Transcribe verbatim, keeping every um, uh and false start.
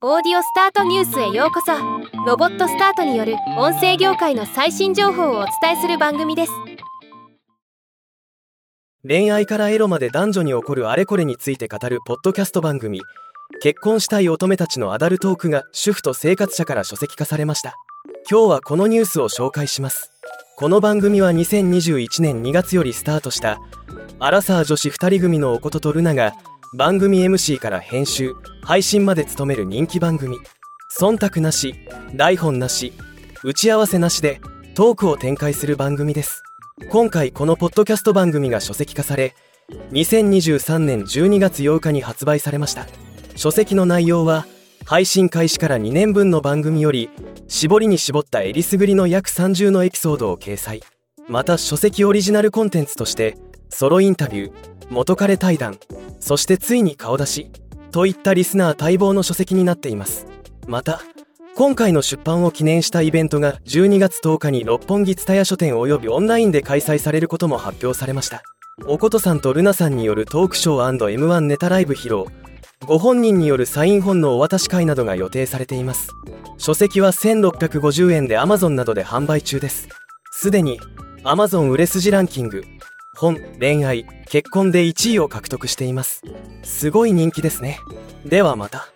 オーディオスタートニュースへようこそ。ロボットスタートによる音声業界の最新情報をお伝えする番組です。 恋愛からエロまで男女に起こるあれこれについて語るポッドキャスト番組、結婚したい乙女たちのアダルトークが主婦と生活者から書籍化されました。今日はこのニュースを紹介します。この番組はにせんにじゅういちねんにがつよりスタートしたアラサー女子ふたり組のおこととルナが番組 エムシー から編集、配信まで務める人気番組。忖度なし、台本なし、打ち合わせなしでトークを展開する番組です。今回このポッドキャスト番組が書籍化され、にせんにじゅうさんねんじゅうにがつようかに発売されました。書籍の内容は配信開始からにねんぶんの番組より絞りに絞ったえりすぐりの約さんじゅうのエピソードを掲載。また書籍オリジナルコンテンツとしてソロインタビュー、元彼対談、そしてついに顔出しといったリスナー待望の書籍になっています。また今回の出版を記念したイベントがじゅうにがつとおかに六本木蔦屋書店およびオンラインで開催されることも発表されました。おことさんとルナさんによるトークショー &エムワン ネタライブ披露、ご本人によるサイン本のお渡し会などが予定されています。書籍はせんろっぴゃくごじゅうえんで Amazon などで販売中です。すでに Amazon 売れ筋ランキング、本、恋愛、結婚でいちいを獲得しています。すごい人気ですね。ではまた。